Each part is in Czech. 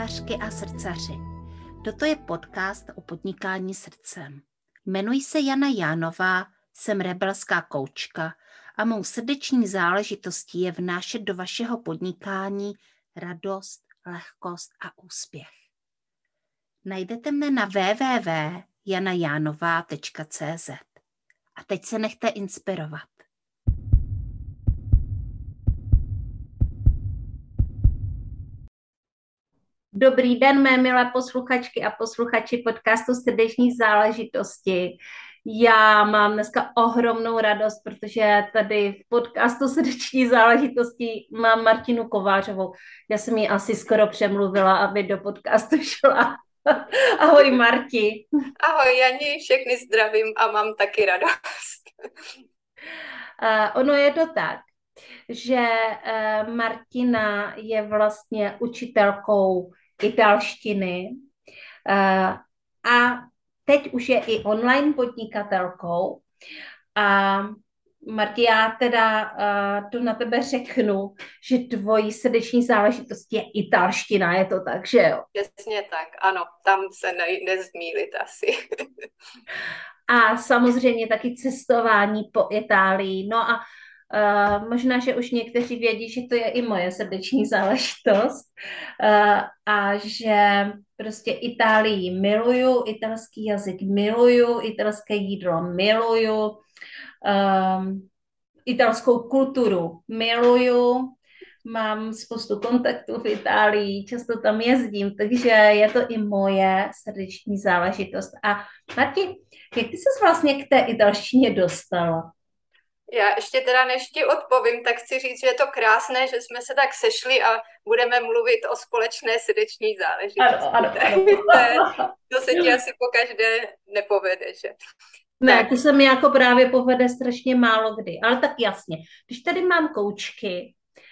srdcařky a srdcaři. Toto je podcast o podnikání srdcem. Jmenuji se Jana Jánová, jsem rebelská koučka a mou srdeční záležitostí je vnášet do vašeho podnikání radost, lehkost a úspěch. Najdete mne na www.janajanová.cz. A teď se nechte inspirovat. Dobrý den, mé milé posluchačky a posluchači podcastu Srdeční záležitosti. Já mám dneska ohromnou radost, protože tady v podcastu Srdeční záležitosti mám Martinu Kovářovou. Já jsem ji asi skoro přemluvila, aby do podcastu šla. Ahoj, Marti. Ahoj, Jani, všechny zdravím a mám taky radost. Ono je to tak, že Martina je vlastně učitelkou italštiny a teď už je i online podnikatelkou. A Marti, já teda tu na tebe řeknu, že tvojí srdeční záležitost je italština, je to tak, že jo? Přesně tak, ano, tam se nejde zmýlit asi. A samozřejmě taky cestování po Itálii. No a možná, že už někteří vědí, že to je i moje srdeční záležitost a že prostě Itálii miluju, italský jazyk miluju, italské jídlo miluju, italskou kulturu miluju, mám spoustu kontaktů v Itálii, často tam jezdím, takže je to i moje srdeční záležitost. A Marti, jak ty ses vlastně k té italštině dostala? Já ještě teda než ti odpovím, tak chci říct, že je to krásné, že jsme se tak sešli a budeme mluvit o společné srdeční záležitosti. Ano. To se ti asi po každé nepovede, že? Ne, to se mi jako právě povede strašně málo kdy, ale tak jasně. Když tady mám koučky,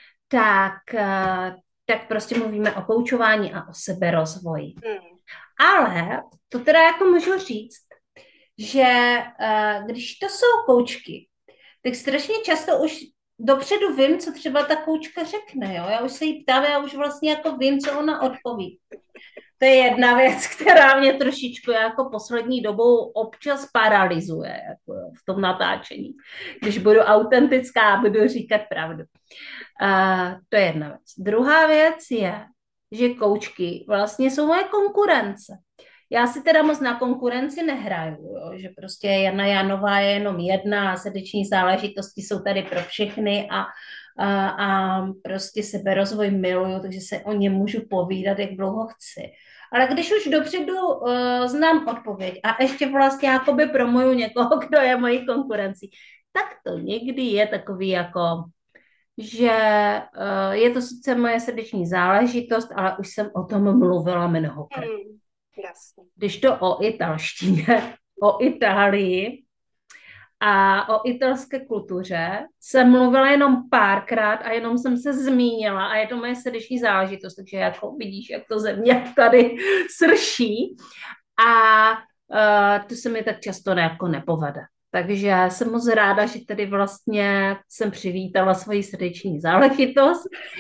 tak prostě mluvíme o koučování a o seberozvoji. Ale to teda jako můžu říct, že když to jsou koučky, tak strašně často už dopředu vím, co třeba ta koučka řekne. Jo? Já už se jí ptám, já už vlastně jako vím, co ona odpoví. To je jedna věc, která mě trošičku jako poslední dobou občas paralyzuje jako v tom natáčení. Když budu autentická a budu říkat pravdu. To je jedna věc. Druhá věc je, že koučky vlastně jsou moje konkurence. Já si teda moc na konkurenci nehraju, jo? Že prostě Jana Janová je jenom jedna a srdeční záležitosti jsou tady pro všechny a prostě seberozvoj miluju, takže se o něm můžu povídat, jak dlouho chci. Ale když už dopředu znám odpověď a ještě vlastně jakoby promuju někoho, kdo je mojí konkurencí, tak to někdy je takový jako, že je to sice moje srdeční záležitost, ale už jsem o tom mluvila mnohokrát. Jasně. Když to o italštině, o Itálii a o italské kultuře jsem mluvila jenom párkrát a jenom jsem se zmínila a je to moje srdeční záležitost, takže jako vidíš, jak to ze mě tady srší a to se mi tak často jako nepovede. Takže jsem moc ráda, že tady vlastně jsem přivítala svoji srdeční záležitost.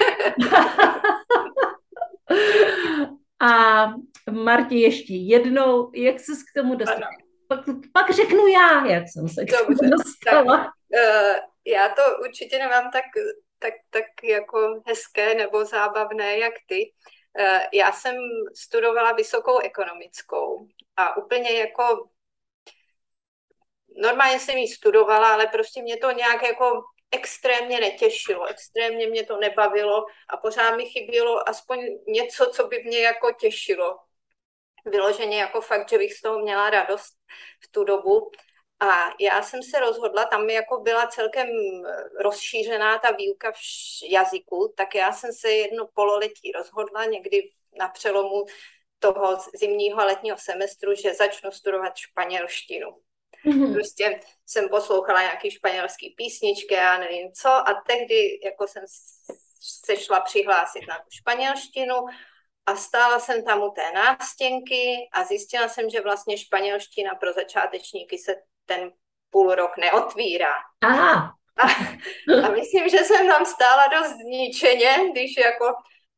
A Marti, ještě jednou, jak ses k tomu dostala? Pak řeknu já, jak jsem se k tomu dostala. Tak, já to určitě nemám tak jako hezké nebo zábavné, jak ty. Já jsem studovala vysokou ekonomickou a úplně jako normálně jsem ji studovala, ale prostě mě to nějak jako extrémně netěšilo, extrémně mě to nebavilo a pořád mi chybělo aspoň něco, co by mě jako těšilo. Vyloženě jako fakt, že bych z toho měla radost v tu dobu. A já jsem se rozhodla, tam jako byla celkem rozšířená ta výuka v jazyku, tak já jsem se jedno pololetí rozhodla někdy na přelomu toho zimního a letního semestru, že začnu studovat španělštinu. Prostě jsem poslouchala nějaký španělský písničky a nevím co a tehdy jako jsem se šla přihlásit na tu španělštinu a stála jsem tam u té nástěnky a zjistila jsem, že vlastně španělština pro začátečníky se ten půl rok neotvírá. Aha. A myslím, že jsem tam stála dost zničeně, když jako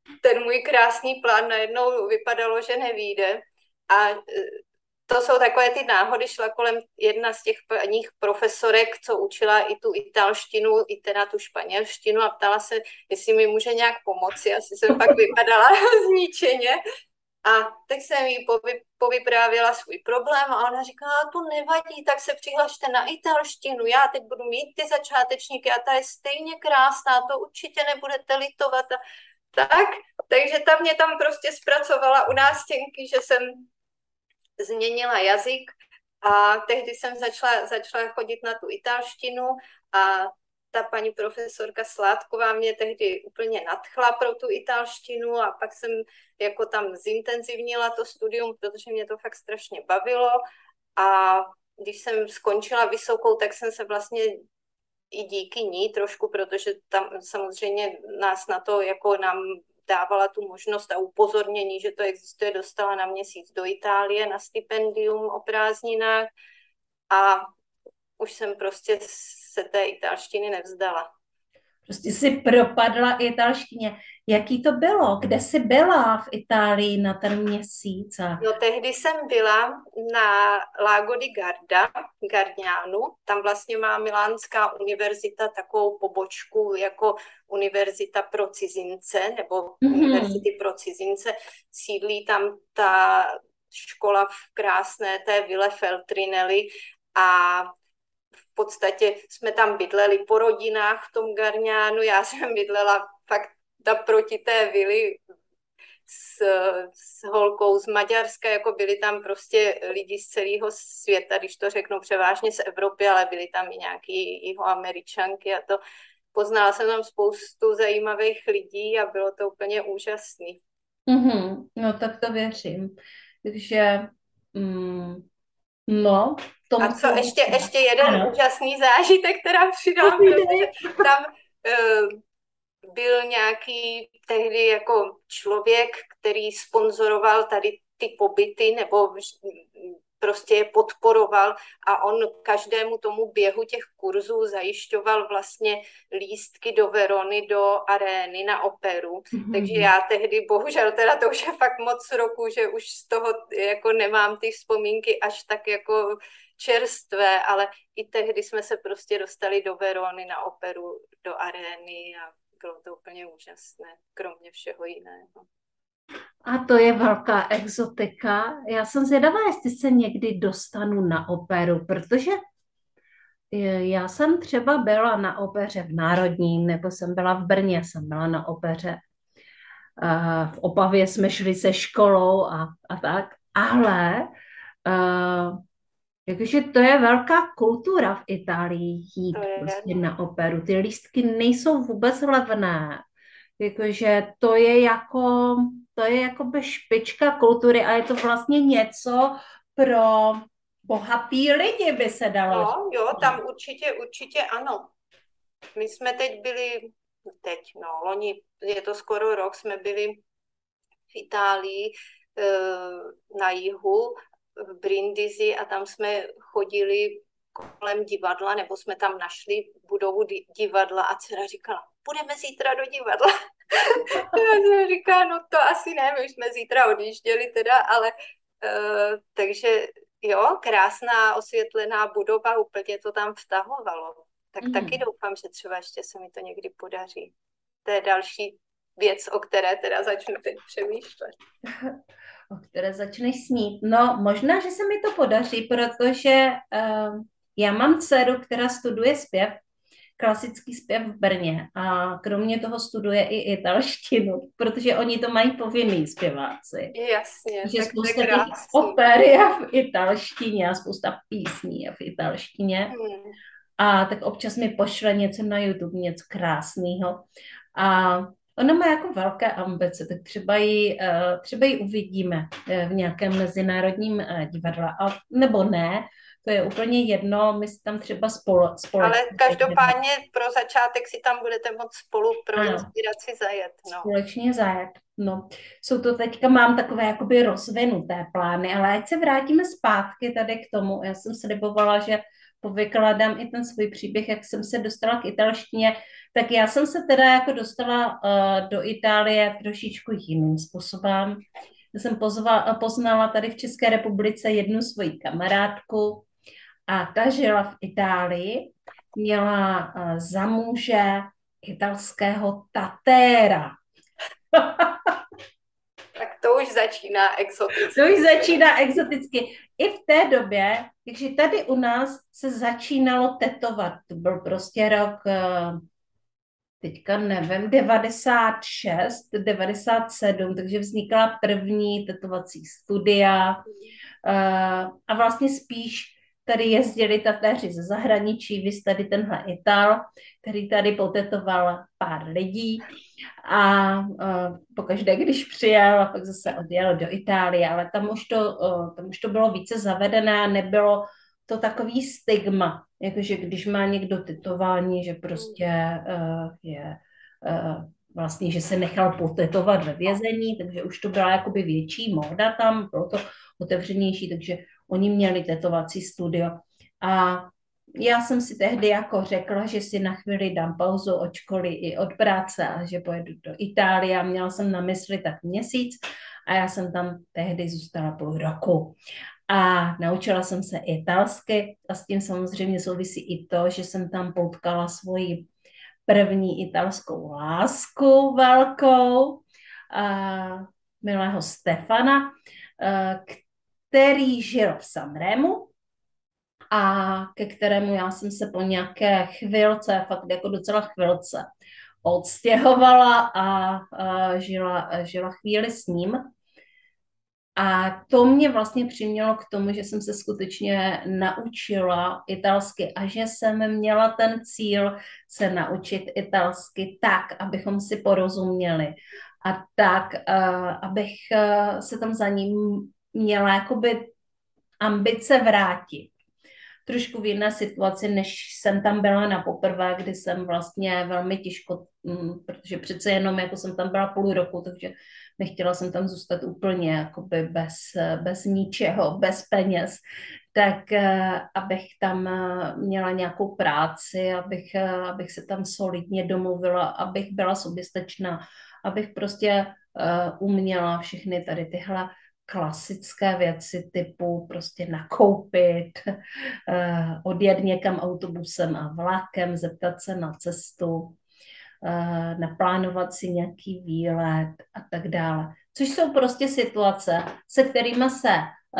ten můj krásný plán najednou vypadalo, že nevyjde. A to jsou takové ty náhody. Šla kolem jedna z těch paních profesorek, co učila i tu italštinu, i teda tu španělštinu a ptala se, jestli mi může nějak pomoci. Asi jsem pak vypadala zničeně. A tak jsem jí povyprávěla svůj problém a ona říkala, to nevadí, tak se přihlašte na italštinu, já teď budu mít ty začátečníky a ta je stejně krásná, to určitě nebudete litovat. A tak, takže ta mě tam prostě zpracovala u nástěnky, že jsem změnila jazyk a tehdy jsem začala chodit na tu italštinu a ta paní profesorka Sládková mě tehdy úplně nadchla pro tu italštinu a pak jsem jako tam zintenzivnila to studium, protože mě to fakt strašně bavilo a když jsem skončila vysokou, tak jsem se vlastně i díky ní trošku, protože tam samozřejmě nás na to, jako nám dávala tu možnost a upozornění, že to existuje, dostala na měsíc do Itálie na stipendium o prázdninách a už jsem prostě se té italštiny nevzdala. Prostě si propadla italštině. Jaký to bylo? Kde jsi byla v Itálii na ten měsíc? No tehdy jsem byla na Lago di Garda, Gardianu. Tam vlastně má Milánská univerzita takovou pobočku jako univerzita pro cizince nebo univerzity pro cizince. Sídlí tam ta škola v krásné té Ville Feltrinelli a v podstatě jsme tam bydleli po rodinách v tom Gardianu. Já jsem bydlela fakt naproti té vily s holkou z Maďarska, jako byli tam prostě lidi z celého světa, když to řeknu převážně z Evropy, ale byli tam i nějaký Jihoameričanky a to. Poznala jsem tam spoustu zajímavých lidí a bylo to úplně úžasný. No tak to věřím. Takže, no, tomu a co ještě jeden úžasný zážitek, která přidám, protože tam byl nějaký tehdy jako člověk, který sponzoroval tady ty pobyty nebo prostě je podporoval a on každému tomu běhu těch kurzů zajišťoval vlastně lístky do Verony, do arény na operu. Takže já tehdy, bohužel teda to už je fakt moc roku, že už z toho jako nemám ty vzpomínky až tak jako čerstvé, ale i tehdy jsme se prostě dostali do Verony na operu, do arény a bylo to úplně úžasné, kromě všeho jiného. A to je velká exotika. Já jsem zvědavá, jestli se někdy dostanu na operu, protože já jsem třeba byla na opeře v Národním, nebo jsem byla v Brně, jsem byla na opeře. V Opavě jsme šli se školou a tak, ale jakože to je velká kultura v Itálii jít prostě na operu. Ty lístky nejsou vůbec levné. Jakože to je jakoby špička kultury a je to vlastně něco pro bohatý lidi, by se dalo. No, jo, tam určitě ano. My jsme loni, je to skoro rok, jsme byli v Itálii na jihu, v Brindisi a tam jsme chodili kolem divadla, nebo jsme tam našli budovu divadla a dcera říkala, půjdeme zítra do divadla. Já jsem říkala, no to asi ne, my už jsme zítra odjížděli teda, ale takže jo, krásná osvětlená budova, úplně to tam vtahovalo. Tak taky doufám, že třeba ještě se mi to někdy podaří. To je další věc, o které teda začnu teď přemýšlet. O které začneš snít. No, možná, že se mi to podaří, protože já mám dceru, která studuje zpěv, klasický zpěv v Brně a kromě toho studuje i italštinu, protože oni to mají povinný zpěváci. Jasně, že spousta těch oper je v italštině a spousta písní je v italštině. A tak občas mi pošle něco na YouTube, něco krásného. A ona má jako velké ambice, tak třeba ji uvidíme v nějakém mezinárodním divadle, nebo ne, to je úplně jedno, my si tam třeba společně. Ale každopádně pro začátek si tam budete moct spolu pro inspiraci zajet. No. Společně zajet, no. Jsou to teďka, mám takové jakoby rozvinuté plány, ale ať se vrátíme zpátky tady k tomu, já jsem slibovala, že povykladám i ten svůj příběh, jak jsem se dostala k italštině, tak já jsem se teda jako dostala do Itálie trošičku jiným způsobem. Já jsem poznala tady v České republice jednu svoji kamarádku a ta žila v Itálii, měla za muže italského tatéra. Tak to už začíná exoticky. To už začíná exoticky. I v té době, takže tady u nás se začínalo tetovat. To byl prostě rok, teďka nevím, 96, 97, takže vznikla první tetovací studia a vlastně spíš tady jezdili tatéři ze zahraničí, vys tady tenhle Ital, který tady potetoval pár lidí a pokaždé, když přijel a pak zase odjel do Itálie, ale tam už to bylo více zavedené a nebylo to takový stigma, jakože když má někdo tetování, že prostě je vlastně, že se nechal potetovat ve vězení, takže už to byla jakoby větší móda tam, bylo to otevřenější, takže oni měli tetovací studio. A já jsem si tehdy jako řekla, že si na chvíli dám pauzu od školy i od práce a že pojedu do Itálie a měla jsem na mysli tak měsíc a já jsem tam tehdy zůstala půl roku. A naučila jsem se italsky a s tím samozřejmě souvisí i to, že jsem tam potkala svoji první italskou lásku velkou, milého Stefana, který žil v Sanremu a ke kterému já jsem se po nějaké chvilce, fakt jako docela chvilce, odstěhovala a žila chvíli s ním. A to mě vlastně přimělo k tomu, že jsem se skutečně naučila italsky a že jsem měla ten cíl se naučit italsky tak, abychom si porozuměli a tak, abych se tam za ním měla jakoby ambice vrátit. Trošku v jiné situaci, než jsem tam byla na poprvé, kdy jsem vlastně velmi těžko, protože přece jenom jako jsem tam byla půl roku, takže nechtěla jsem tam zůstat úplně jakoby bez ničeho, bez peněz, tak abych tam měla nějakou práci, abych se tam solidně domluvila, abych byla soběstačná, abych prostě uměla všechny tady tyhle klasické věci typu prostě nakoupit, odjet někam autobusem a vlakem, zeptat se na cestu, naplánovat si nějaký výlet a tak dále. Což jsou prostě situace, se kterými se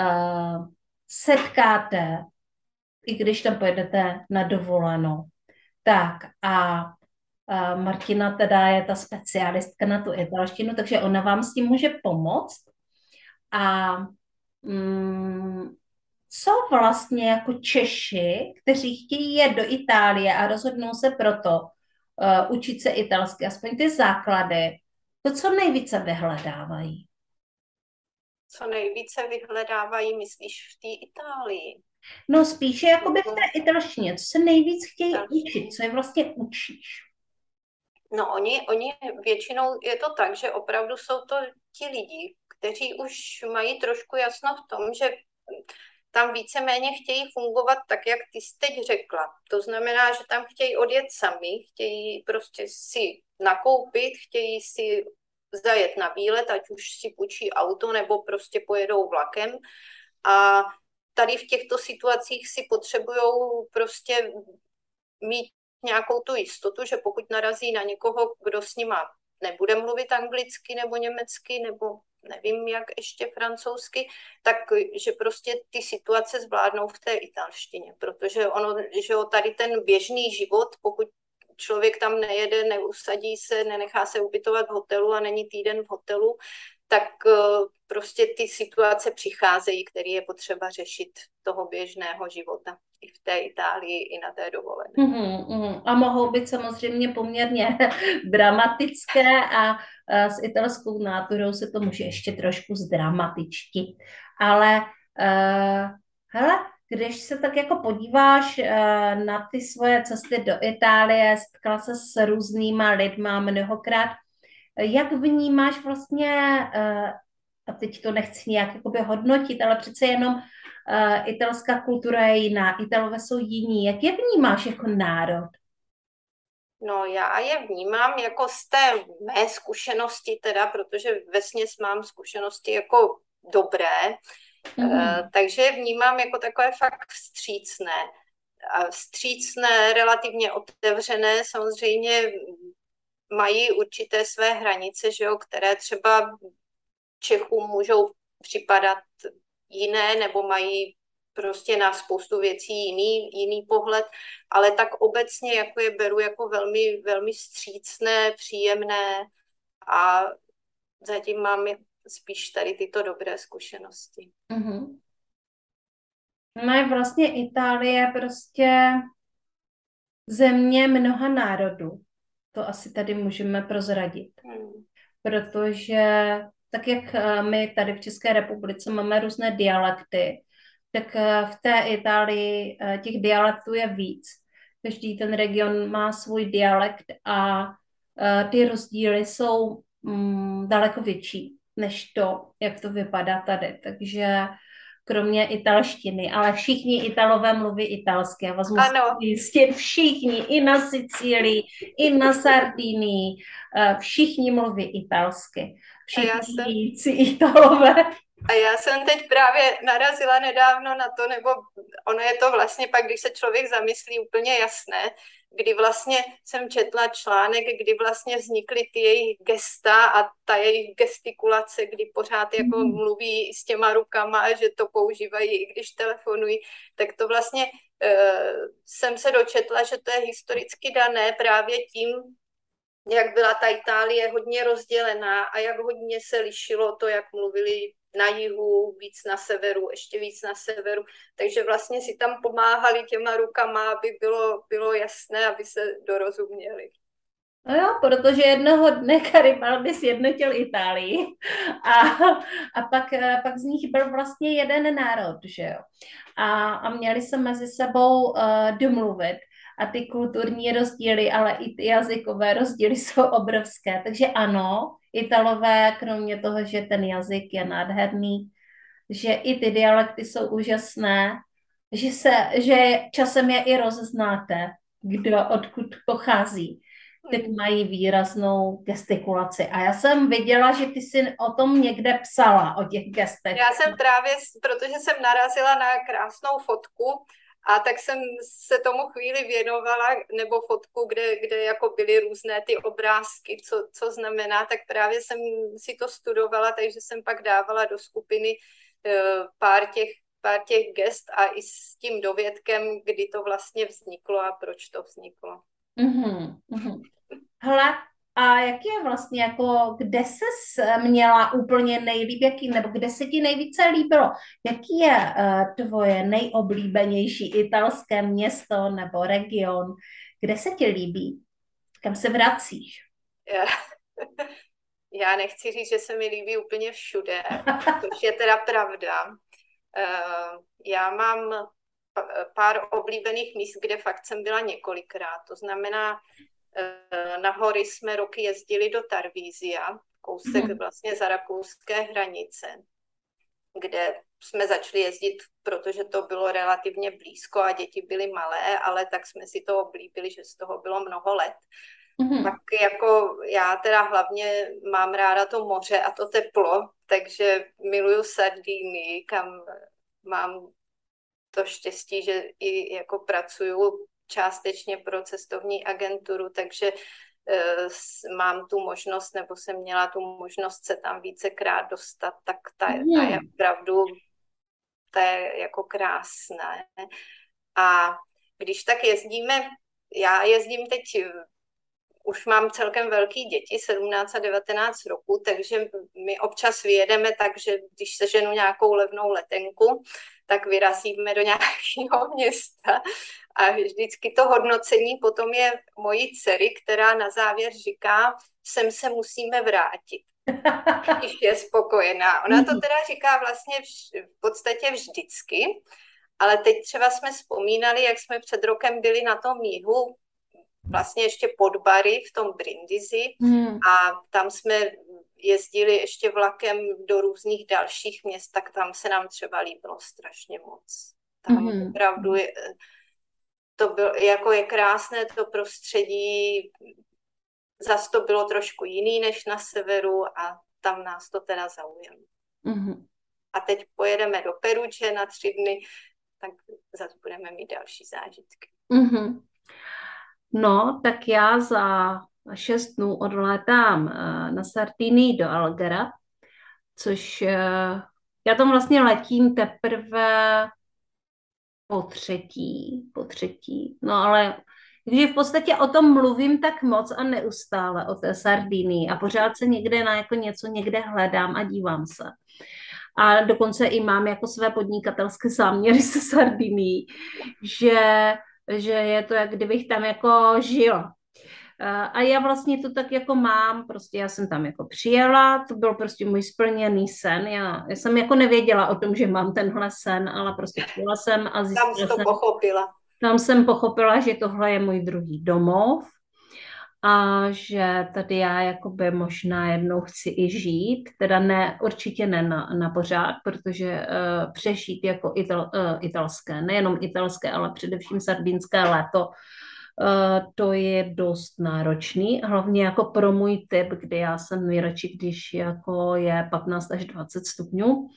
setkáte, i když tam pojedete na dovolenou. Tak a Martina teda je ta specialistka na tu italštinu, takže ona vám s tím může pomoct. A co vlastně jako Češi, kteří chtějí jet do Itálie a rozhodnou se proto učit se italsky, aspoň ty základy, to co nejvíce vyhledávají? Co nejvíce vyhledávají, myslíš, v té Itálii? No spíše jakoby v té italštině, co se nejvíc chtějí učit, co je vlastně učíš? No oni většinou je to tak, že opravdu jsou to ti lidi, kteří už mají trošku jasno v tom, že tam víceméně chtějí fungovat tak, jak ty jsi teď řekla. To znamená, že tam chtějí odjet sami, chtějí prostě si nakoupit, chtějí si zajet na výlet, ať už si půjčí auto nebo prostě pojedou vlakem. A tady v těchto situacích si potřebují prostě mít nějakou tu jistotu, že pokud narazí na někoho, kdo s nima nebude mluvit anglicky nebo německy nebo nevím jak ještě francouzsky, tak že prostě ty situace zvládnou v té italštině, protože ono, že tady ten běžný život, pokud člověk tam nejede, neusadí se, nenechá se ubytovat v hotelu a není týden v hotelu, tak prostě ty situace přicházejí, které je potřeba řešit toho běžného života i v té Itálii, i na té dovolené. A mohou být samozřejmě poměrně dramatické a s italskou náturou se to může ještě trošku zdramatičtit. Ale hele, když se tak jako podíváš na ty svoje cesty do Itálie, setkala se s různýma lidma mnohokrát, jak vnímáš vlastně, a teď to nechci nějak jakoby hodnotit, ale přece jenom italská kultura je jiná, Italové jsou jiní. Jak je vnímáš jako národ? No, já je vnímám jako z té mé zkušenosti teda, protože vesměs mám zkušenosti jako dobré, Mhm. takže je vnímám jako takové fakt vstřícné. A vstřícné, relativně otevřené, samozřejmě mají určité své hranice, že jo, které třeba Čechům můžou připadat jiné nebo mají prostě na spoustu věcí jiný pohled, ale tak obecně jako je beru jako velmi, velmi vstřícné, příjemné a zatím mám spíš tady tyto dobré zkušenosti. Mhm. No je vlastně Itálie prostě země mnoha národů. To asi tady můžeme prozradit. Hmm. Protože tak jak my tady v České republice máme různé dialekty, tak v té Itálii těch dialektů je víc. Každý ten region má svůj dialekt a ty rozdíly jsou daleko větší než to, jak to vypadá tady. Takže kromě italštiny, ale všichni Italové mluví italsky. Já vás musím Ano, jistit, všichni, i na Sicílii, i na Sardinii, všichni mluví italsky. a Všichni jící Italové. já jsem teď právě narazila nedávno na to, nebo ono je to vlastně pak, když se člověk zamyslí, úplně jasné, kdy vlastně jsem četla článek, kdy vlastně vznikly ty jejich gesta a ta jejich gestikulace, kdy pořád jako mluví s těma rukama a že to používají, i když telefonují, tak to vlastně jsem se dočetla, že to je historicky dané právě tím, jak byla ta Itálie hodně rozdělená a jak hodně se lišilo to, jak mluvili na jihu, víc na severu, ještě víc na severu. Takže vlastně si tam pomáhali těma rukama, aby bylo jasné, aby se dorozuměli. No jo, protože jednoho dne Garibaldi sjednotil Itálii a, a pak z nich byl vlastně jeden národ, že jo. A měli se mezi sebou domluvit. A ty kulturní rozdíly, ale i ty jazykové rozdíly jsou obrovské. Takže ano, Italové, kromě toho, že ten jazyk je nádherný, že i ty dialekty jsou úžasné, že časem je i rozeznáte, kdo odkud pochází, tak mají výraznou gestikulaci. A já jsem viděla, že ty jsi o tom někde psala, o těch gestech. Já jsem právě, protože jsem narazila na krásnou fotku, a tak jsem se tomu chvíli věnovala, nebo fotku, kde jako byly různé ty obrázky, co znamená, tak právě jsem si to studovala, takže jsem pak dávala do skupiny pár těch gest a i s tím dovědkem, kdy to vlastně vzniklo a proč to vzniklo. Mm-hmm. Hele, a jak je vlastně, jako, kde ses měla úplně nejlíp, nebo kde se ti nejvíce líbilo? Jaký je tvoje nejoblíbenější italské město nebo region? Kde se ti líbí? Kam se vracíš? Já nechci říct, že se mi líbí úplně všude, což je teda pravda. Já mám pár oblíbených míst, kde fakt jsem byla několikrát. To znamená, na hory jsme roky jezdili do Tarvízia, kousek vlastně za rakouské hranice, kde jsme začali jezdit, protože to bylo relativně blízko a děti byly malé, ale tak jsme si to oblíbili, že z toho bylo mnoho let. Pak jako já teda hlavně mám ráda to moře a to teplo, takže miluju Sardinii, kam mám to štěstí, že i jako pracuju částečně pro cestovní agenturu, takže mám tu možnost, nebo jsem měla tu možnost se tam vícekrát dostat, tak ta je opravdu, ta je jako krásná. A když tak jezdíme, já jezdím teď, už mám celkem velký děti, 17 a 19 roku, takže my občas vyjedeme tak, že když seženu nějakou levnou letenku, tak vyrazíme do nějakého města a vždycky to hodnocení potom je mojí dcery, která na závěr říká, sem se musíme vrátit, když je spokojená. Ona to teda říká vlastně v podstatě vždycky, ale teď třeba jsme vzpomínali, jak jsme před rokem byli na tom jihu, vlastně ještě pod Bari v tom Brindisi a tam jsme jezdili ještě vlakem do různých dalších měst, tak tam se nám třeba líbilo strašně moc. Tam opravdu to bylo, jako je krásné to prostředí, zas to bylo trošku jiný než na severu a tam nás to teda zaujalo. A teď pojedeme do Peruče na 3 dny, tak zase budeme mít další zážitky. No, tak já za 6 dnů odlétám na Sardinii do Alghera, což já tam vlastně letím teprve po třetí. No ale když v podstatě o tom mluvím tak moc a neustále o té Sardinii a pořád se někde na jako něco někde hledám a dívám se. A dokonce i mám jako své podnikatelské záměry se Sardinií, že je to, jak kdybych tam jako žila. A já vlastně to tak jako mám, prostě já jsem tam jako přijela, to byl prostě můj splněný sen, já jsem jako nevěděla o tom, že mám tenhle sen, ale prostě přijela jsem a zjistila jsem. Tam to pochopila. Tam jsem pochopila, že tohle je můj druhý domov a že tady já jakoby možná jednou chci i žít, teda ne, určitě ne na pořád, protože přežít jako italské, nejenom italské, ale především sardinské léto, to je dost náročný, hlavně jako pro můj typ, kdy já jsem nejradši, když jako je 15 až 20 stupňů.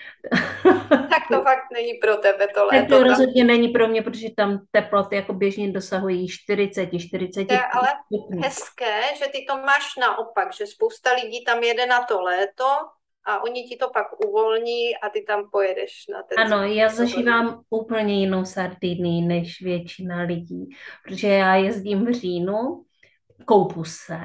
Tak to fakt není pro tebe to léto. Tak to rozhodně není pro mě, protože tam teploty jako běžně dosahují 40. To je ale hezké, že ty to máš naopak, že spousta lidí tam jede na to léto a oni ti to pak uvolní a ty tam pojedeš na ten... Ano, já zažívám úplně jinou Sardinii než většina lidí, protože já jezdím v říjnu, koupu se,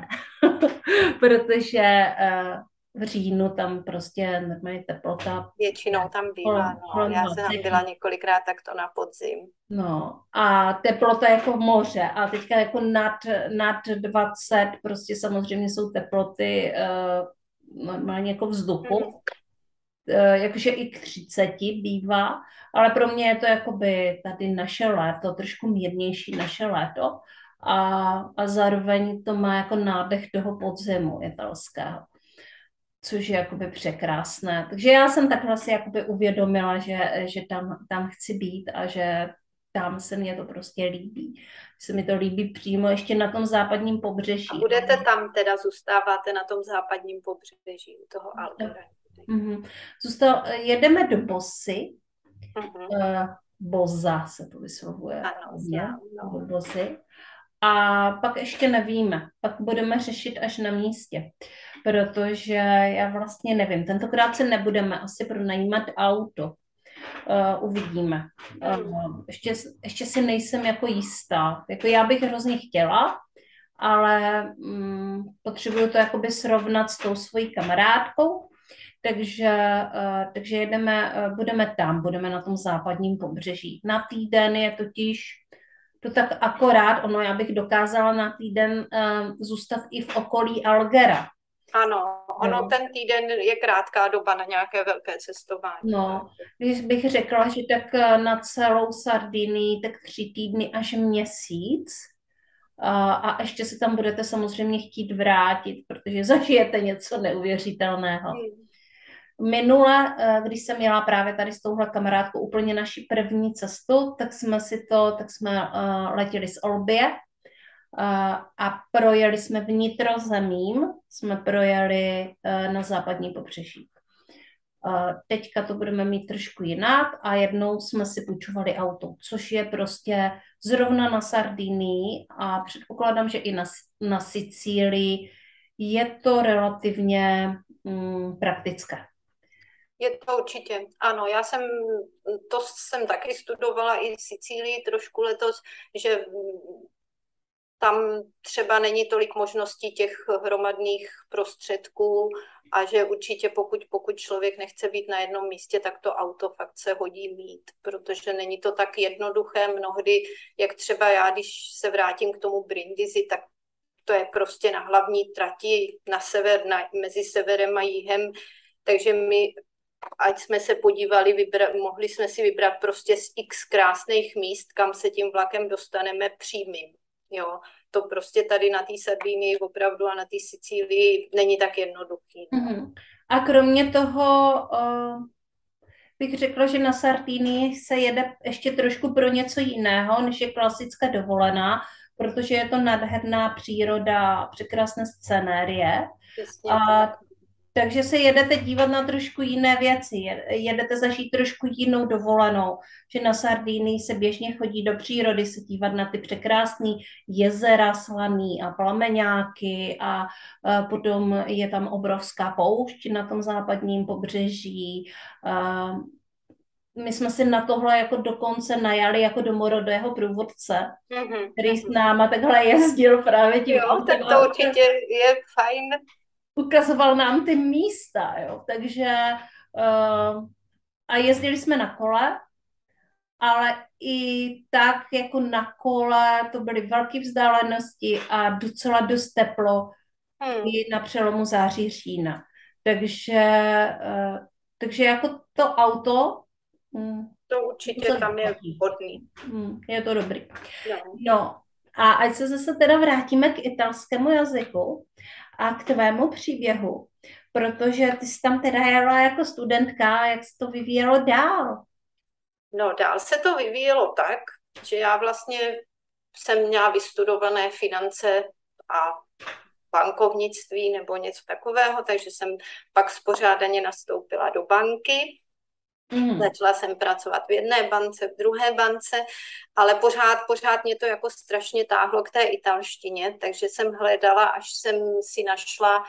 protože v říjnu tam prostě normálně teplota. Většinou tam bývá, no. Já jsem tam byla několikrát takto na podzim. No a teplota jako v moře a teďka jako nad 20 prostě samozřejmě jsou teploty normálně jako vzduchu. Jakože i k 30 bývá, ale pro mě je to jakoby tady naše léto, trošku mírnější naše léto a zároveň to má jako nádech toho podzimu italského, což je jakoby překrásné. Takže já jsem takhle si jakoby uvědomila, že tam chci být a že tam se mně to prostě líbí. Se mi to líbí přímo ještě na tom západním pobřeží. A budete tam teda, zůstáváte na tom západním pobřeží toho Alghera? Jedeme do Bosy. Boza se to vyslovuje. Ano, do Bosy. A pak ještě nevíme. Pak budeme řešit až na místě. Protože já vlastně nevím. Tentokrát se nebudeme asi pronajímat auto. Uvidíme. Ještě si nejsem jako jistá. Jako já bych hrozně chtěla, ale potřebuju to jakoby srovnat s tou svojí kamarádkou. Takže budeme na tom západním pobřeží. Na týden je totiž to tak akorát, já bych dokázala na týden zůstat i v okolí Alghera. Ano, ten týden je krátká doba na nějaké velké cestování. No, když bych řekla, že tak na celou Sardinii, tak 3 týdny až měsíc. A ještě se tam budete samozřejmě chtít vrátit, protože zažijete něco neuvěřitelného. Minule, když jsem jela právě tady s touhle kamarádkou úplně naši první cestu, tak jsme letěli z Olbie a projeli jsme vnitrozemím, jsme projeli na západní pobřeží. Teďka to budeme mít trošku jinak a jednou jsme si půjčovali auto, což je prostě zrovna na Sardinii a předpokládám, že i na Sicílii je to relativně praktické. Je to určitě, ano, to jsem taky studovala i v Sicílii trošku letos, že tam třeba není tolik možností těch hromadných prostředků a že určitě pokud člověk nechce být na jednom místě, tak to auto fakt se hodí mít, protože není to tak jednoduché mnohdy, jak třeba já, když se vrátím k tomu Brindisi, tak to je prostě na hlavní trati na sever, mezi severem a jihem, takže my, ať jsme se podívali, mohli jsme si vybrat prostě z x krásných míst, kam se tím vlakem dostaneme přímým. Jo, to prostě tady na té Sardinii opravdu a na té Sicílii není tak jednoduchý. Mhm. A kromě toho bych řekla, že na Sardinii se jede ještě trošku pro něco jiného, než je klasická dovolená, protože je to nádherná příroda, překrásné scenérie. Přesně A tak. takže se jedete dívat na trošku jiné věci, jedete zažít trošku jinou dovolenou, že na Sardinii se běžně chodí do přírody se dívat na ty překrásné jezera slaný a plameňáky a potom je tam obrovská poušť na tom západním pobřeží. A my jsme si na tohle jako dokonce najali jako domorodého průvodce, Mhm, který s mhm. náma takhle jezdil právě tím Jo, tak autem to a určitě je fajn. ukazoval nám ty místa, jo. Takže a jezdili jsme na kole, ale i tak jako na kole to byly velké vzdálenosti a docela dost teplo Hmm, i na přelomu září října. Takže, takže jako to auto to to určitě se tam je vyplatí. hodný. Je to dobrý. No. No a ať se zase teda vrátíme k italskému jazyku a k tvému příběhu, protože ty jsi tam teda jela jako studentka, jak se to vyvíjelo dál? No, dál se to vyvíjelo tak, že já vlastně jsem měla vystudované finance a bankovnictví nebo něco takového, takže jsem pak spořádaně nastoupila do banky. Začala jsem pracovat v jedné bance, v druhé bance, ale pořád mě to jako strašně táhlo k té italštině, takže jsem hledala, až jsem si našla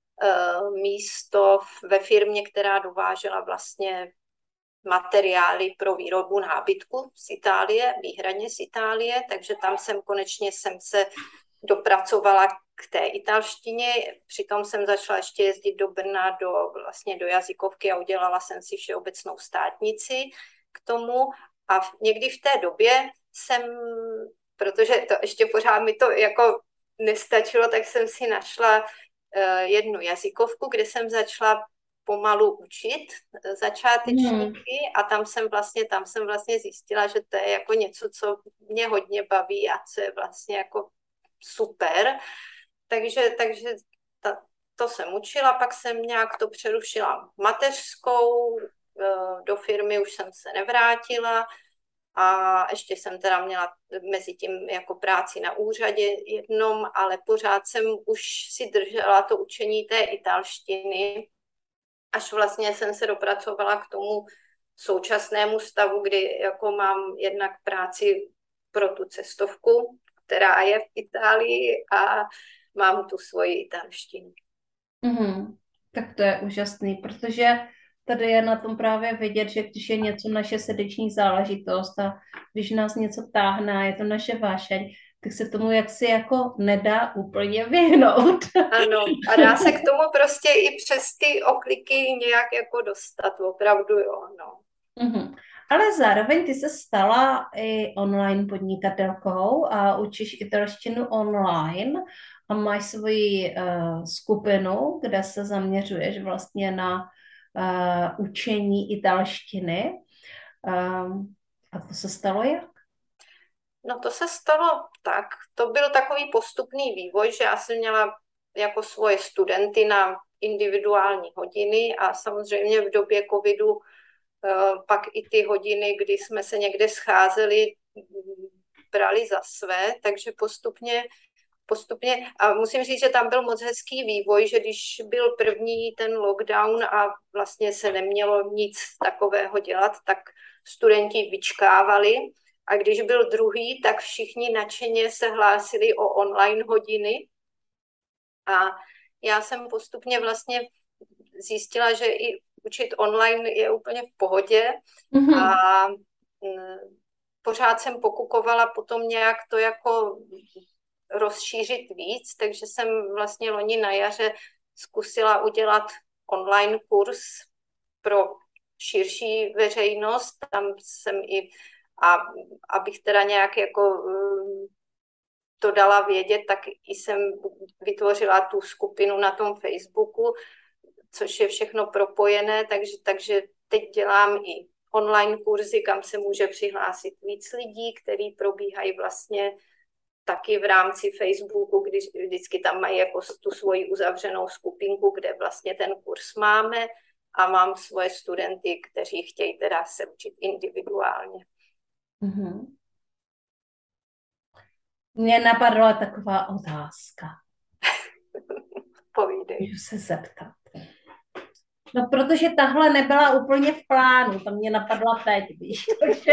místo ve firmě, která dovážela vlastně materiály pro výrobu nábytku z Itálie, výhradně z Itálie, takže tam jsem se dopracovala k té italštině, přitom jsem začala ještě jezdit do Brna vlastně do jazykovky a udělala jsem si všeobecnou státnici k tomu a někdy v té době protože to ještě pořád mi to jako nestačilo, tak jsem si našla jednu jazykovku, kde jsem začala pomalu učit začátečníky a tam jsem vlastně zjistila, že to je jako něco, co mě hodně baví a co je vlastně jako super. Takže to jsem učila, pak jsem nějak to přerušila mateřskou, do firmy už jsem se nevrátila a ještě jsem teda měla mezi tím jako práci na úřadě jednom, ale pořád jsem už si držela to učení té italštiny, až vlastně jsem se dopracovala k tomu současnému stavu, kdy jako mám jednak práci pro tu cestovku, která je v Itálii a mám tu svoji italštinu. Tak to je úžasný, protože tady je na tom právě vidět, že když je něco naše srdeční záležitost a když nás něco táhne a je to naše vášeň, tak se tomu jaksi jako nedá úplně vyhnout. Ano, a dá se k tomu prostě i přes ty okliky nějak jako dostat, opravdu jo, no. Ale zároveň ty se stala i online podnikatelkou a učíš italštinu online a máš svoji skupinu, kde se zaměřuješ vlastně na učení italštiny. A to se stalo jak? No to se stalo tak, to byl takový postupný vývoj, že já jsem měla jako svoje studenty na individuální hodiny a samozřejmě v době covidu pak i ty hodiny, kdy jsme se někde scházeli, brali za své, takže postupně, a musím říct, že tam byl moc hezký vývoj, že když byl první ten lockdown a vlastně se nemělo nic takového dělat, tak studenti vyčkávali a když byl druhý, tak všichni nadšeně se hlásili o online hodiny a já jsem postupně vlastně zjistila, že i učit online je úplně v pohodě a pořád jsem pokukovala potom nějak to jako rozšířit víc, takže jsem vlastně loni na jaře zkusila udělat online kurz pro širší veřejnost. Tam jsem a abych teda nějak jako to dala vědět, tak jsem vytvořila tu skupinu na tom Facebooku, což je všechno propojené, takže teď dělám i online kurzy, kam se může přihlásit víc lidí, který probíhají vlastně taky v rámci Facebooku, když vždycky tam mají jako tu svoji uzavřenou skupinku, kde vlastně ten kurz máme a mám svoje studenty, kteří chtějí teda se učit individuálně. Mm-hmm. Mně napadla taková otázka. Povídej. Můžu se zeptat. No, protože tahle nebyla úplně v plánu, to mě napadla teď, víš, takže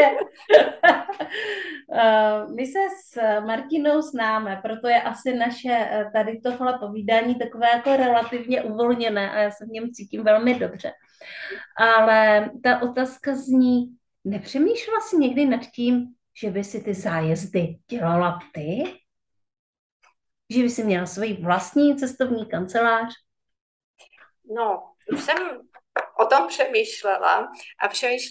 my se s Martinou známe, proto je asi naše tady tohle povídání takové jako relativně uvolněné a já se v něm cítím velmi dobře. Ale ta otázka zní, nepřemýšlela jsi někdy nad tím, že by si ty zájezdy dělala ty? Že by si měla svoji vlastní cestovní kancelář? No, už jsem o tom přemýšlela a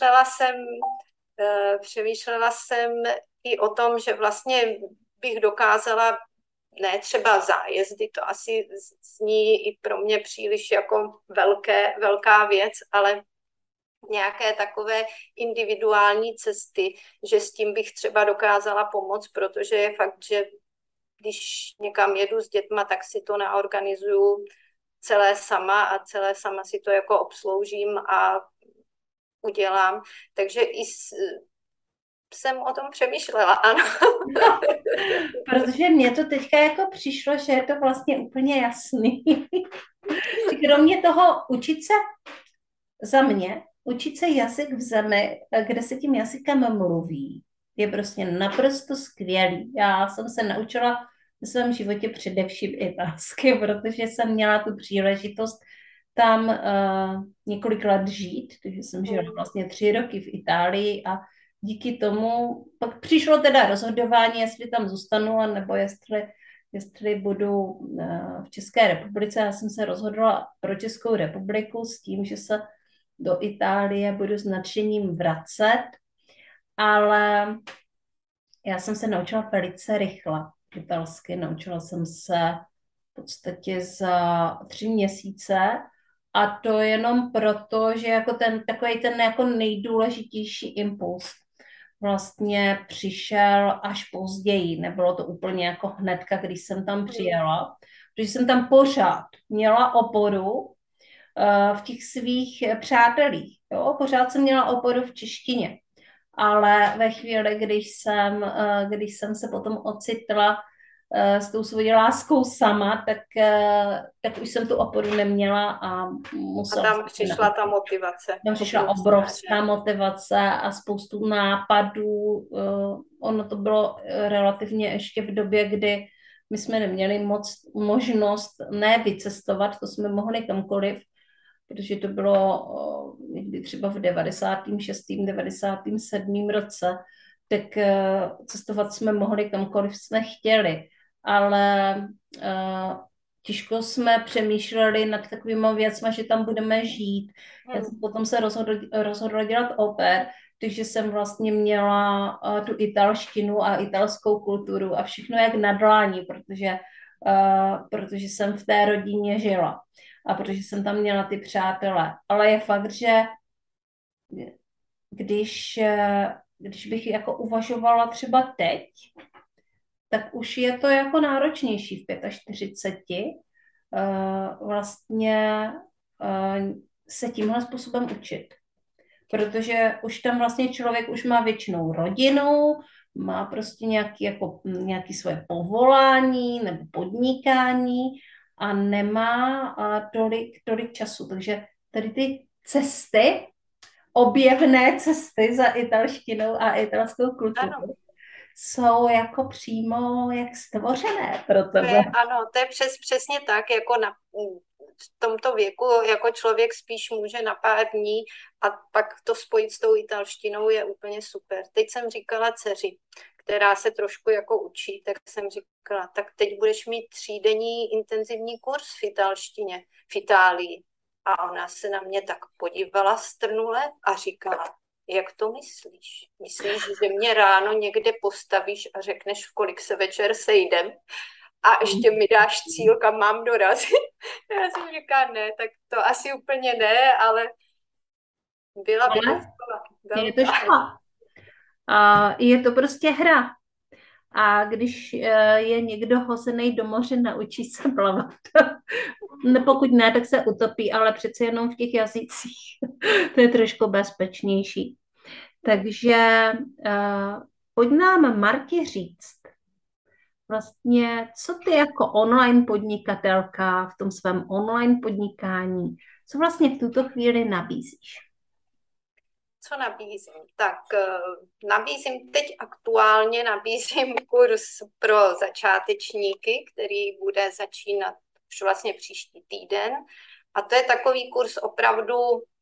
přemýšlela jsem i o tom, že vlastně bych dokázala, ne třeba zájezdy, to asi zní i pro mě příliš jako velká věc, ale nějaké takové individuální cesty, že s tím bych třeba dokázala pomoct, protože je fakt, že když někam jedu s dětma, tak si to naorganizuju celé sama si to jako obsloužím a udělám. Takže jsem o tom přemýšlela, ano. Protože mně to teďka jako přišlo, že je to vlastně úplně jasný. Kromě toho učit se jazyk v zemi, kde se tím jazykem mluví, je prostě naprosto skvělý. Já jsem se naučila v svém životě především italsky, protože jsem měla tu příležitost tam několik let žít, takže jsem žila vlastně 3 roky v Itálii a díky tomu pak přišlo teda rozhodování, jestli tam zůstanu, nebo jestli budu v České republice. Já jsem se rozhodla pro Českou republiku s tím, že se do Itálie budu s nadšením vracet, ale já jsem se naučila velice rychle italsky. Naučila jsem se v podstatě za 3 měsíce a to jenom proto, že jako takový ten jako nejdůležitější impuls vlastně přišel až později. Nebylo to úplně jako hnedka, když jsem tam přijela, protože jsem tam pořád měla oporu v těch svých přátelích. Jo? Pořád jsem měla oporu v češtině. Ale ve chvíli, když jsem se potom ocitla s tou svojí láskou sama, tak už jsem tu oporu neměla a musela. A tam přišla ta motivace. Tam přišla obrovská motivace a spoustu nápadů. Ono to bylo relativně ještě v době, kdy my jsme neměli moc možnost ne vycestovat, to jsme mohli kamkoliv, protože to bylo někdy třeba v 96., 97. roce, tak cestovat jsme mohli kamkoliv jsme chtěli, ale těžko jsme přemýšleli nad takovými věcmi, že tam budeme žít. Já jsem potom se rozhodla dělat au pair, takže jsem vlastně měla tu italštinu a italskou kulturu a všechno jak na dlani, protože jsem v té rodině žila a protože jsem tam měla ty přátelé. Ale je fakt, že když bych jako uvažovala třeba teď, tak už je to jako náročnější v 45 vlastně se tímhle způsobem učit. Protože už tam vlastně člověk už má většinou rodinu, má prostě nějaké svoje povolání nebo podnikání a nemá tolik času. Takže tady ty cesty, objevné cesty za italštinou a italskou kulturou jsou jako přímo jak stvořené pro tebe. Ano, to je přesně tak, jako v tomto věku jako člověk spíš může na pár dní a pak to spojit s tou italštinou je úplně super. Teď jsem říkala dceři, která se trošku jako učí, tak jsem říkala, tak teď budeš mít 3denní intenzivní kurz v italštině v Itálii. A ona se na mě tak podívala strnule a říkala, jak to myslíš? Myslíš, že mě ráno někde postavíš a řekneš, v kolik se večer sejdem a ještě mi dáš cíl, kam mám dorazit? Já jsem říkala, ne, tak to asi úplně ne, ale byla by je to škola. A je to prostě hra. a když je někdo hozený do moře, naučí se plavat. Pokud ne, tak se utopí, ale přece jenom v těch jazycích to je trošku bezpečnější. Takže pojď nám, Marti, říct, vlastně, co ty jako online podnikatelka v tom svém online podnikání, co vlastně v tuto chvíli nabízíš? Co nabízím? Tak nabízím teď aktuálně, nabízím kurz pro začátečníky, který bude začínat už vlastně příští týden. A to je takový kurz opravdu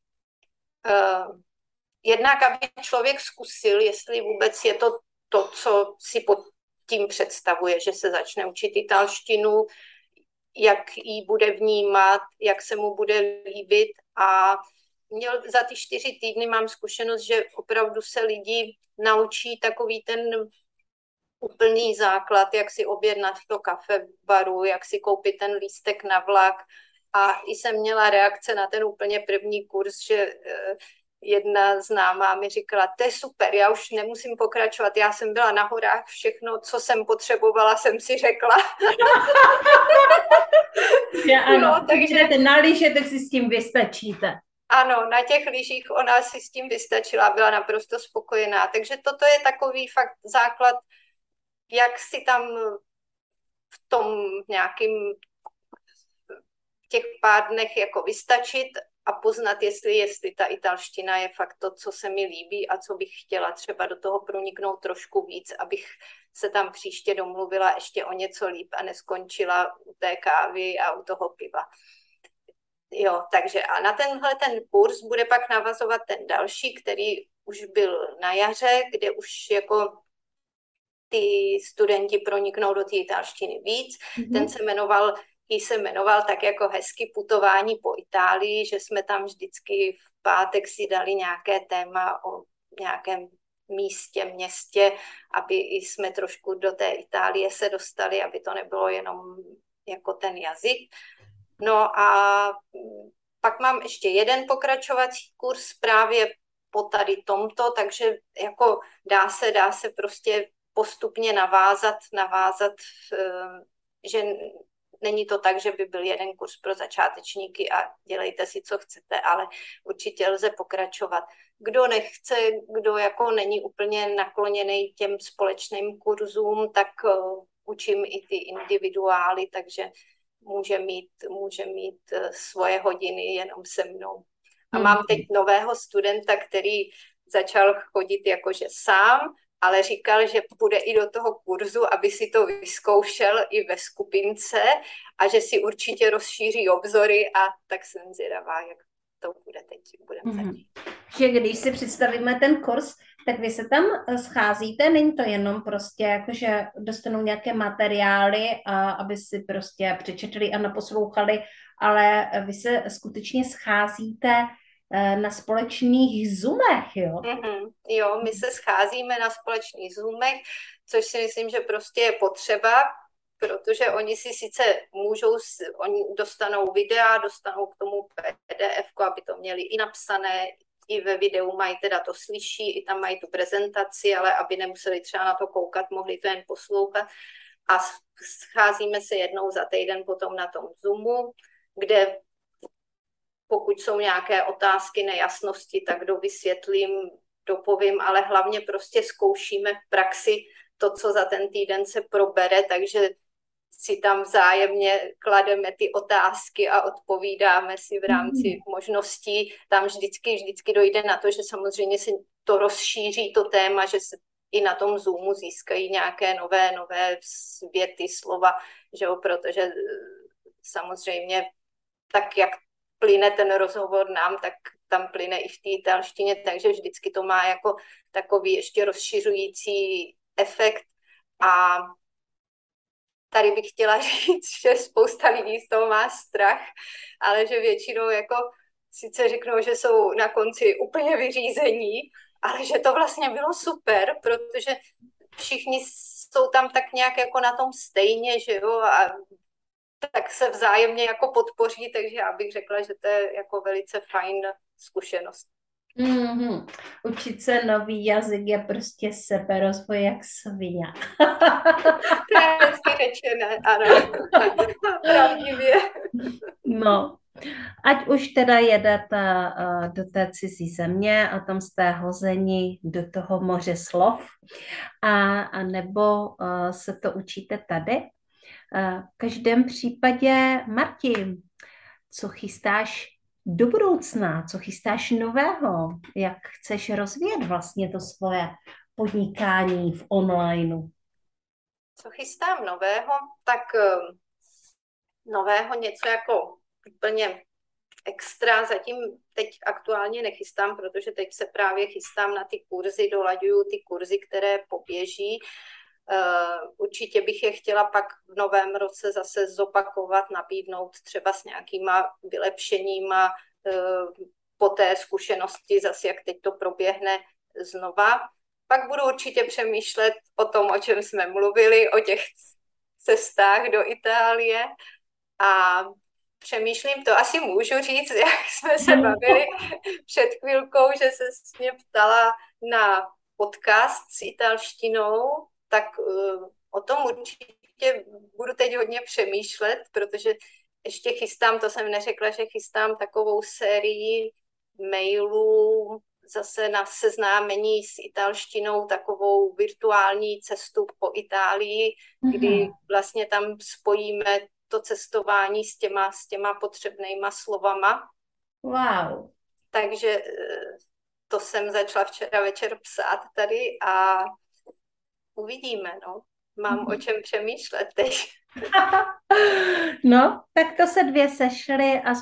jednak, aby člověk zkusil, jestli vůbec je to to, co si pod tím představuje, že se začne učit italštinu, jak ji bude vnímat, jak se mu bude líbit. A za ty 4 týdny mám zkušenost, že opravdu se lidi naučí takový ten úplný základ, jak si objednat to kafe v baru, jak si koupit ten lístek na vlak. A i jsem měla reakce na ten úplně první kurz, že jedna známá mi říkala, to je super, já už nemusím pokračovat, já jsem byla na horách, všechno, co jsem potřebovala, jsem si řekla. Ano, takže jdete na lyže, tak si s tím vystačíte. Ano, na těch lyžích ona si s tím vystačila, byla naprosto spokojená. Takže toto je takový fakt základ, jak si tam v tom nějakým těch pár dnech jako vystačit a poznat, jestli ta italština je fakt to, co se mi líbí a co bych chtěla třeba do toho proniknout trošku víc, abych se tam příště domluvila ještě o něco líp a neskončila u té kávy a u toho piva. Jo, takže a na ten kurz bude pak navazovat ten další, který už byl na jaře, kde už jako ty studenti proniknou do té italštiny víc. Ten se jmenoval tak jako hezky putování po Itálii, že jsme tam vždycky v pátek si dali nějaké téma o nějakém místě, městě, aby jsme trošku do té Itálie se dostali, aby to nebylo jenom jako ten jazyk. No a pak mám ještě jeden pokračovací kurz právě po tady tomto, takže jako dá se prostě postupně navázat, že není to tak, že by byl jeden kurz pro začátečníky a dělejte si, co chcete, ale určitě lze pokračovat. Kdo nechce, kdo jako není úplně nakloněný těm společným kurzům, tak učím i ty individuály, takže může mít svoje hodiny jenom se mnou. A mám teď nového studenta, který začal chodit jakože sám, ale říkal, že půjde i do toho kurzu, aby si to vyzkoušel i ve skupince a že si určitě rozšíří obzory a tak jsem zvědavá, jak to bude teď. Budeme začít. Že když si představíme ten kurz, tak vy se tam scházíte, není to jenom prostě jakože dostanou nějaké materiály, aby si prostě přečetli a naposlouchali, ale vy se skutečně scházíte na společných Zoomech, jo? Jo, my se scházíme na společných Zoomech, což si myslím, že prostě je potřeba, protože oni si sice oni dostanou videa, dostanou k tomu PDF, aby to měli i napsané, i ve videu mají teda to slyší, i tam mají tu prezentaci, ale aby nemuseli třeba na to koukat, mohli to jen poslouchat. A scházíme se jednou za týden potom na tom Zoomu, kde pokud jsou nějaké otázky, nejasnosti, tak dovysvětlím, dopovím, ale hlavně prostě zkoušíme v praxi to, co za ten týden se probere, takže si tam vzájemně klademe ty otázky a odpovídáme si v rámci možností. Tam vždycky dojde na to, že samozřejmě se to rozšíří to téma, že se i na tom Zoomu získají nějaké nové věty, slova, že jo, protože samozřejmě tak, jak plyne ten rozhovor nám, tak tam plyne i v té italštině, takže vždycky to má jako takový ještě rozšiřující efekt. A tady bych chtěla říct, že spousta lidí z toho má strach, ale že většinou jako sice řeknou, že jsou na konci úplně vyřízení, ale že to vlastně bylo super, protože všichni jsou tam tak nějak jako na tom stejně, že jo, a tak se vzájemně jako podpoří, takže já bych řekla, že to je jako velice fajn zkušenost. Mm-hmm. Učit se nový jazyk je prostě seberozvoj jak svině. To je hezky řečené, ano. Pravdivě. No, ať už teda jedete do té cizí země a tam jste hozeni do toho moře slov, a nebo se to učíte tady. V každém případě, Martin, co chystáš do budoucna, co chystáš nového, jak chceš rozvíjet vlastně to svoje podnikání v onlineu? Co chystám nového? Tak nového něco jako úplně extra zatím teď aktuálně nechystám, protože teď se právě chystám na ty kurzy, dolaďuju ty kurzy, které poběží. Určitě bych je chtěla pak v novém roce zase zopakovat, nabídnout třeba s nějakýma vylepšeníma po té zkušenosti, zase jak teď to proběhne znova. Pak budu určitě přemýšlet o tom, o čem jsme mluvili, o těch cestách do Itálie a přemýšlím, to asi můžu říct, jak jsme se bavili před chvilkou, že se mě ptala na podcast s italštinou, tak o tom určitě budu teď hodně přemýšlet, protože ještě chystám, to jsem neřekla, že chystám takovou sérii mailů zase na seznámení s italštinou, takovou virtuální cestu po Itálii, kdy vlastně tam spojíme to cestování s těma potřebnýma slovama. Wow. Takže to jsem začala včera večer psát tady a uvidíme, no. Mám o čem přemýšlet teď. No, tak to se dvě sešly a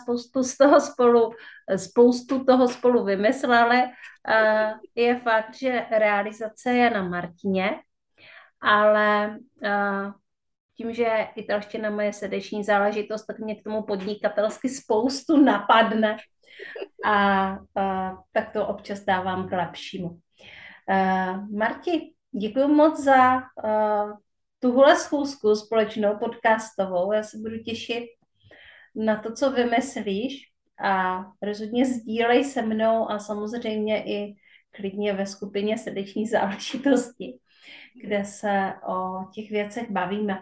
spoustu toho spolu vymysleli. Je fakt, že realizace je na Martině, ale tím, že italština moje srdeční záležitost, tak mě k tomu podnikatelsky spoustu napadne a tak to občas dávám k lepšímu. Marti, děkuji moc za tuhle schůzku společnou podcastovou. Já se budu těšit na to, co vymyslíš a rozhodně sdílej se mnou a samozřejmě i klidně ve skupině srdeční záležitosti, kde se o těch věcech bavíme.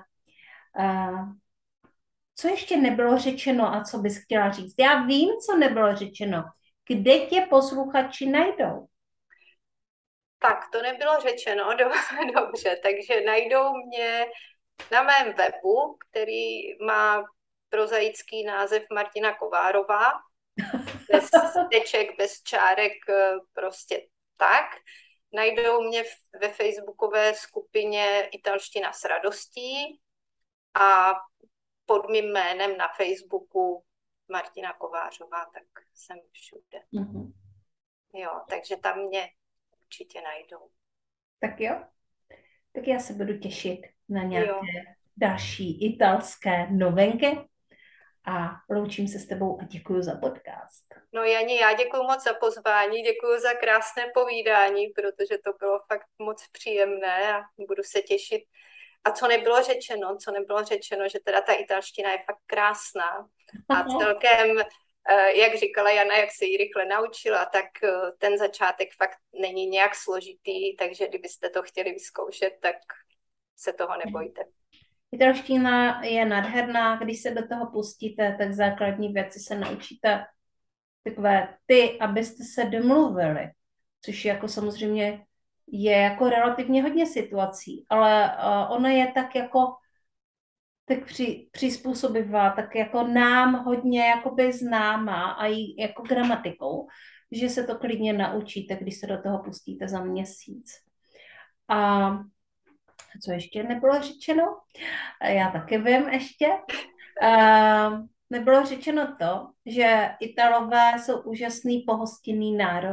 Co ještě nebylo řečeno a co bys chtěla říct? Já vím, co nebylo řečeno. Kde tě posluchači najdou? Tak, to nebylo řečeno, dobře, takže najdou mě na mém webu, který má prozaický název Martina Kovárová, bez teček, bez čárek, prostě tak. Najdou mě ve facebookové skupině Italština s radostí a pod mým jménem na Facebooku Martina Kovářová, tak jsem všude. Mm-hmm. Jo, takže tam mě určitě najdou. Tak jo, tak já se budu těšit na nějaké další italské novinky a loučím se s tebou a děkuji za podcast. No Jani, já děkuji moc za pozvání, děkuji za krásné povídání, protože to bylo fakt moc příjemné a budu se těšit. A co nebylo řečeno, že teda ta italština je fakt krásná a celkem, jak říkala Jana, jak se ji rychle naučila, tak ten začátek fakt není nějak složitý, takže kdybyste to chtěli vyzkoušet, tak se toho nebojte. Italština je nádherná, když se do toho pustíte, tak základní věci se naučíte takové abyste se domluvili, což jako samozřejmě je jako relativně hodně situací, ale ona je tak jako tak přizpůsobivá, tak jako nám hodně jakoby známá a i jako gramatikou, že se to klidně naučíte, když se do toho pustíte za měsíc. A co ještě nebylo řečeno? Já taky vím ještě. Nebylo řečeno to, že Italové jsou úžasný pohostinný národ.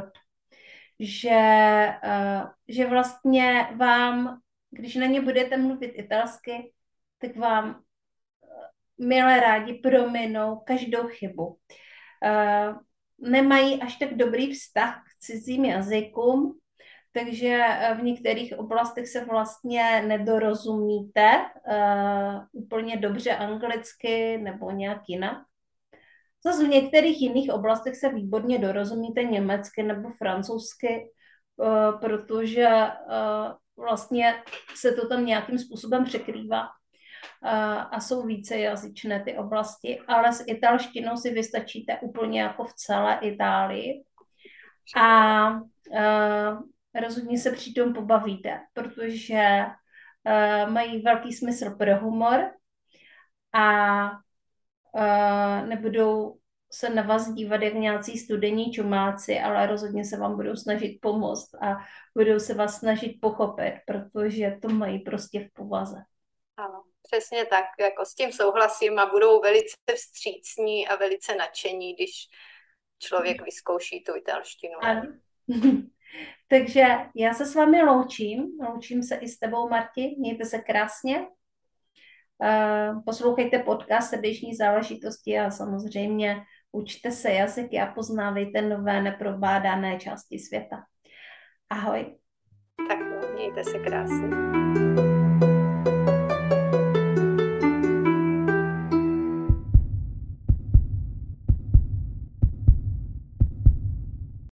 Že vlastně vám, když na ně budete mluvit italsky, tak vám milé rádi prominou každou chybu. Nemají až tak dobrý vztah k cizím jazykům, takže v některých oblastech se vlastně nedorozumíte úplně dobře anglicky nebo nějak jinak. Zase v některých jiných oblastech se výborně dorozumíte německy nebo francouzsky, protože vlastně se to tam nějakým způsobem překrývá a jsou vícejazyčné ty oblasti, ale s italštinou si vystačíte úplně jako v celé Itálii a rozhodně se přitom pobavíte, protože mají velký smysl pro humor a nebudou se na vás dívat jak nějací studení čumáci, ale rozhodně se vám budou snažit pomoct a budou se vás snažit pochopit, protože to mají prostě v povaze. Ano, přesně tak, jako s tím souhlasím a budou velice vstřícní a velice nadšení, když člověk vyzkouší tu italštinu. Takže já se s vámi loučím se i s tebou, Marti, mějte se krásně. Poslouchejte podcast Srdeční záležitosti a samozřejmě učte se jazyky a poznávejte nové neprobádané části světa. Ahoj. Tak mějte se krásně.